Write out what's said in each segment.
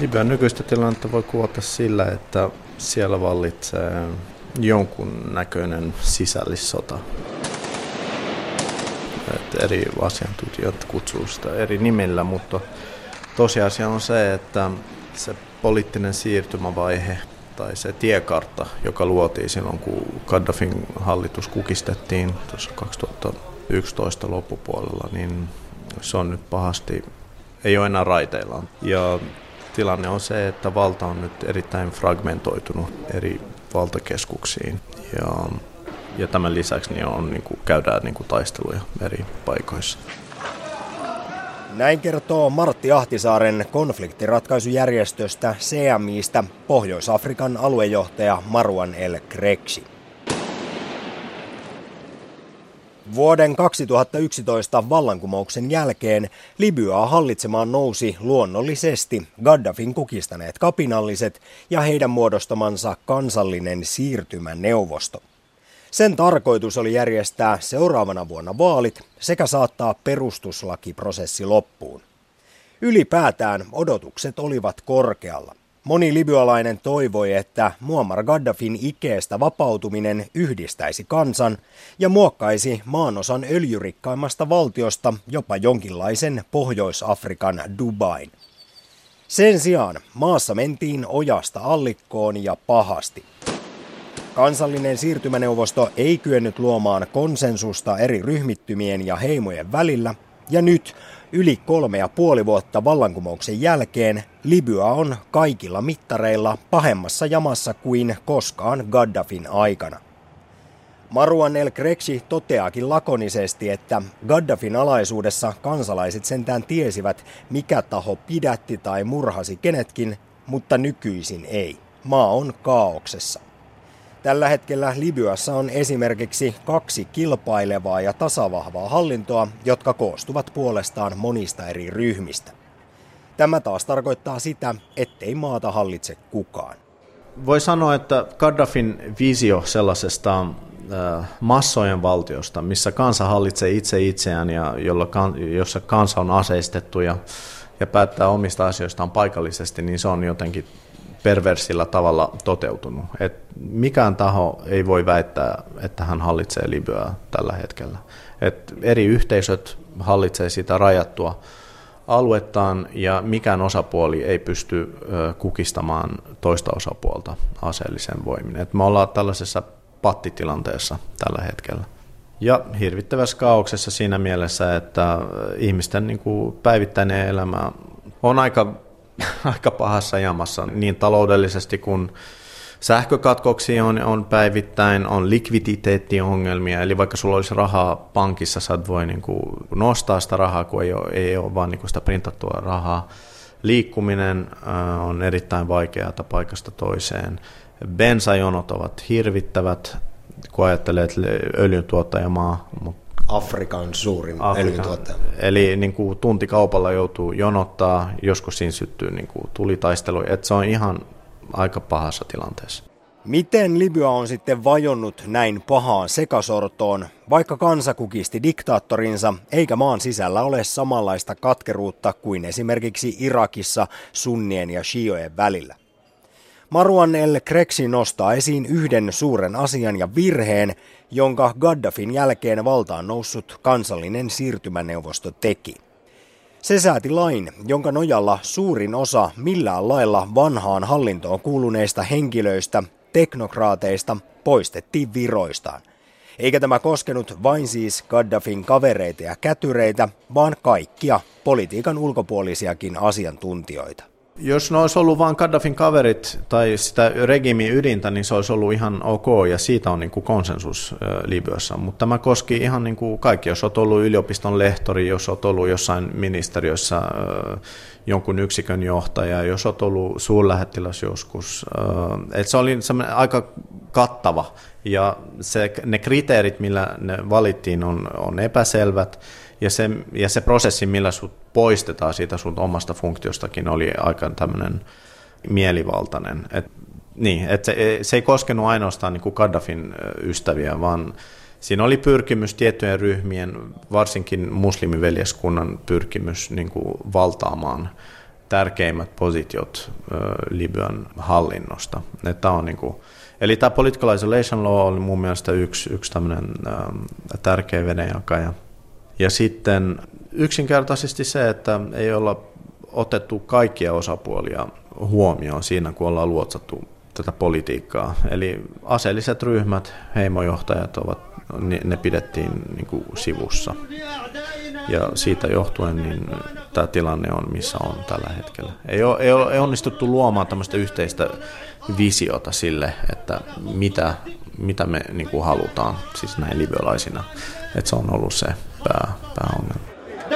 Libyan nykyistä tilannetta voi kuvata sillä, että siellä vallitsee jonkun näköinen sisällissota. Eri asiantuntijat kutsuu sitä eri nimillä, mutta tosiasia on se, että se poliittinen siirtymävaihe tai se tiekartta, joka luotiin silloin, kun Gaddafin hallitus kukistettiin tuossa 2011 loppupuolella, niin se on nyt pahasti, ei ole enää raiteillaan. Ja tilanne on se, että valta on nyt erittäin fragmentoitunut eri valtakeskuksiin. Ja tämän lisäksi käydään taisteluja eri paikoissa. Näin kertoo Martti Ahtisaaren konfliktiratkaisujärjestöstä CMI:stä Pohjois-Afrikan aluejohtaja Marwan El Krekshi. Vuoden 2011 vallankumouksen jälkeen Libyaa hallitsemaan nousi luonnollisesti Gaddafin kukistaneet kapinalliset ja heidän muodostamansa kansallinen siirtymäneuvosto. Sen tarkoitus oli järjestää seuraavana vuonna vaalit sekä saattaa perustuslakiprosessi loppuun. Ylipäätään odotukset olivat korkealla. Moni libyalainen toivoi, että Muammar Gaddafin ikeestä vapautuminen yhdistäisi kansan ja muokkaisi maanosan öljyrikkaimmasta valtiosta jopa jonkinlaisen Pohjois-Afrikan Dubain. Sen sijaan maassa mentiin ojasta allikkoon ja pahasti. Kansallinen siirtymäneuvosto ei kyennyt luomaan konsensusta eri ryhmittymien ja heimojen välillä, ja nyt yli 3,5 vuotta vallankumouksen jälkeen Libya on kaikilla mittareilla pahemmassa jamassa kuin koskaan Gaddafin aikana. Marwan El Krekshi toteaakin lakonisesti, että Gaddafin alaisuudessa kansalaiset sentään tiesivät, mikä taho pidätti tai murhasi kenetkin, mutta nykyisin ei. Maa on kaaoksessa. Tällä hetkellä Libyassa on esimerkiksi 2 kilpailevaa ja tasavahvaa hallintoa, jotka koostuvat puolestaan monista eri ryhmistä. Tämä taas tarkoittaa sitä, ettei maata hallitse kukaan. Voi sanoa, että Gaddafin visio sellaisesta massojen valtiosta, missä kansa hallitsee itse itseään ja jossa kansa on aseistettu ja päättää omista asioistaan paikallisesti, niin se on jotenkin perversillä tavalla toteutunut. Mikään taho ei voi väittää, että hän hallitsee Libyaa tällä hetkellä. Eri yhteisöt hallitsee sitä rajattua aluettaan ja mikään osapuoli ei pysty kukistamaan toista osapuolta aseellisen voimin. Me ollaan tällaisessa pattitilanteessa tällä hetkellä. Ja hirvittävässä kaauksessa siinä mielessä, että ihmisten päivittäinen elämä on aika pahassa jamassa niin taloudellisesti kuin sähkökatkoksia on päivittäin, on likviditeettiongelmia, eli vaikka sulla olisi rahaa pankissa, sä et voi nostaa sitä rahaa, kun ei ole vaan sitä printattua rahaa. Liikkuminen on erittäin vaikeaa paikasta toiseen. Bensajonot ovat hirvittävät, kun ajattelee, että öljyntuottajamaa, Afrikan suurin öljyntuottaja. Eli tuntikaupalla joutuu jonottaa, joskus siinä syttyy tulitaisteluja, että se on ihan aika pahassa tilanteessa. Miten Libya on sitten vajonnut näin pahaan sekasortoon, vaikka kansa kukisti diktaattorinsa, eikä maan sisällä ole samanlaista katkeruutta kuin esimerkiksi Irakissa sunnien ja shiojen välillä? Marwan El Krekshi nostaa esiin yhden suuren asian ja virheen, jonka Gaddafin jälkeen valtaan noussut kansallinen siirtymäneuvosto teki. Se sääti lain, jonka nojalla suurin osa millään lailla vanhaan hallintoon kuuluneista henkilöistä, teknokraateista, poistettiin viroistaan. Eikä tämä koskenut vain siis Gaddafin kavereita ja kätyreitä, vaan kaikkia politiikan ulkopuolisiakin asiantuntijoita. Jos ne olisi ollut vain Gaddafin kaverit tai sitä regiimin ydintä, niin se olisi ollut ihan ok ja siitä on konsensus Libyassa. Mutta tämä koski ihan kaikki, jos olet ollut yliopiston lehtori, jos olet ollut jossain ministeriössä jonkun yksikön johtaja, jos olet ollut suurlähettiläs joskus. Et se oli aika kattava ja ne kriteerit, millä ne valittiin, on epäselvät. Ja se prosessi, millä sut poistetaan siitä sun omasta funktiostakin, oli aika tämmöinen mielivaltainen. Se ei koskenut ainoastaan Gaddafin ystäviä, vaan siinä oli pyrkimys tiettyjen ryhmien, varsinkin muslimiveljeskunnan pyrkimys valtaamaan tärkeimmät positiot Libyan hallinnosta. Eli tämä political isolation law oli mun mielestä yksi tämmöinen tärkeä vedenjakaja. Ja sitten yksinkertaisesti se, että ei olla otettu kaikkia osapuolia huomioon siinä, kun ollaan luotsattu tätä politiikkaa. Eli aseelliset ryhmät, heimojohtajat ne pidettiin niin kuin sivussa. Ja siitä johtuen niin tämä tilanne on, missä on tällä hetkellä. Ei ole onnistuttu luomaan tämmöistä yhteistä visiota sille, että mitä me niin kuin halutaan, siis näin libyalaisina. Että se on ollut se pääongelma.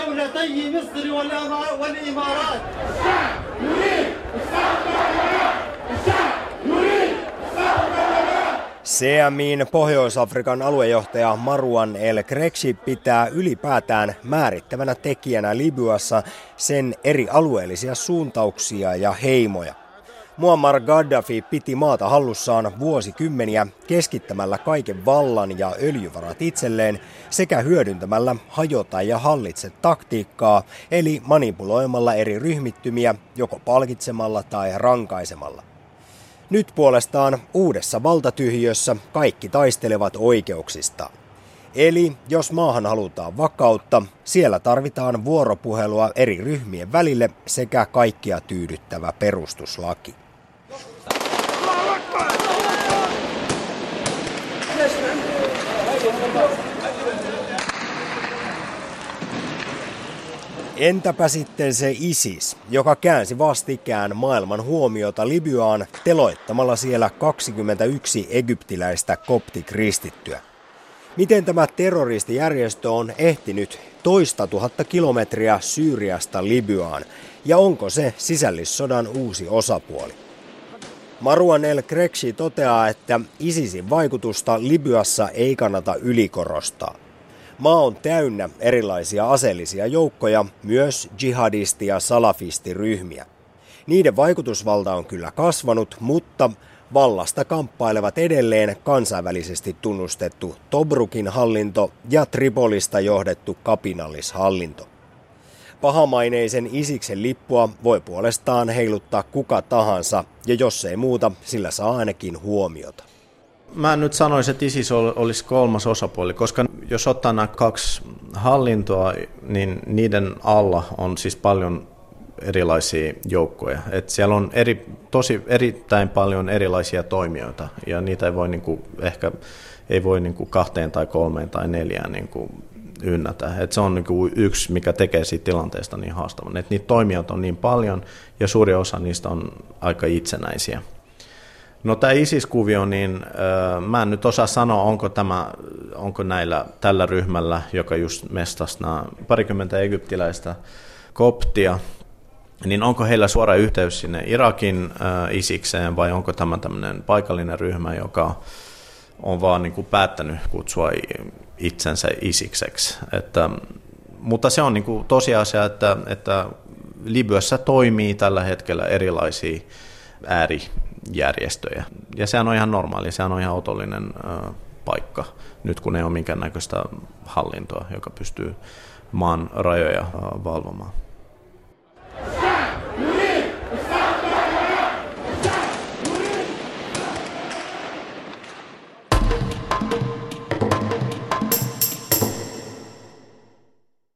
CMI:n Pohjois-Afrikan aluejohtaja Marwan El Krekshi pitää ylipäätään määrittävänä tekijänä Libyassa sen eri alueellisia suuntauksia ja heimoja. Muammar Gaddafi piti maata hallussaan vuosikymmeniä keskittämällä kaiken vallan ja öljyvarat itselleen sekä hyödyntämällä hajota ja hallitse taktiikkaa, eli manipuloimalla eri ryhmittymiä joko palkitsemalla tai rankaisemalla. Nyt puolestaan uudessa valtatyhjiössä kaikki taistelevat oikeuksistaan. Eli jos maahan halutaan vakautta, siellä tarvitaan vuoropuhelua eri ryhmien välille sekä kaikkia tyydyttävä perustuslaki. Entäpä sitten se ISIS, joka käänsi vastikään maailman huomiota Libyaan teloittamalla siellä 21 egyptiläistä koptikristittyä? Miten tämä terroristijärjestö on ehtinyt 2 000 kilometriä Syyriasta Libyaan ja onko se sisällissodan uusi osapuoli? Marwan El Krekshi toteaa, että ISISin vaikutusta Libyassa ei kannata ylikorostaa. Maa on täynnä erilaisia aseellisia joukkoja, myös jihadisti- ja salafistiryhmiä. Niiden vaikutusvalta on kyllä kasvanut, mutta vallasta kamppailevat edelleen kansainvälisesti tunnustettu Tobrukin hallinto ja Tripolista johdettu kapinallishallinto. Pahamaineisen Isiksen lippua voi puolestaan heiluttaa kuka tahansa, ja jos ei muuta, sillä saa ainakin huomiota. Mä nyt sanoisin, että ISIS olisi kolmas osapuoli, koska jos ottaa nämä kaksi hallintoa, niin niiden alla on siis paljon erilaisia joukkoja. Et siellä on erittäin paljon erilaisia toimijoita, ja niitä ei voi ei voi 2 tai 3 tai 4 ynnätä. Et se on yksi, mikä tekee siitä tilanteesta niin haastavan. Et niitä toimijoita on niin paljon, ja suuri osa niistä on aika itsenäisiä. No tämä ISIS-kuvio, niin mä en nyt osaa sanoa, onko tällä ryhmällä, joka just mestasi nämä 20 egyptiläistä koptia, niin onko heillä suora yhteys sinne Irakin ISIkseen vai onko tämä tämmöinen paikallinen ryhmä, joka on vaan päättänyt kutsua itsensä ISIkseksi. Mutta se on tosiasia, että Libyassa toimii tällä hetkellä erilaisia äärijärjestöjä. Ja sehän on ihan normaali, sehän on ihan otollinen paikka, nyt kun ei ole minkäännäköistä hallintoa, joka pystyy maan rajoja valvomaan.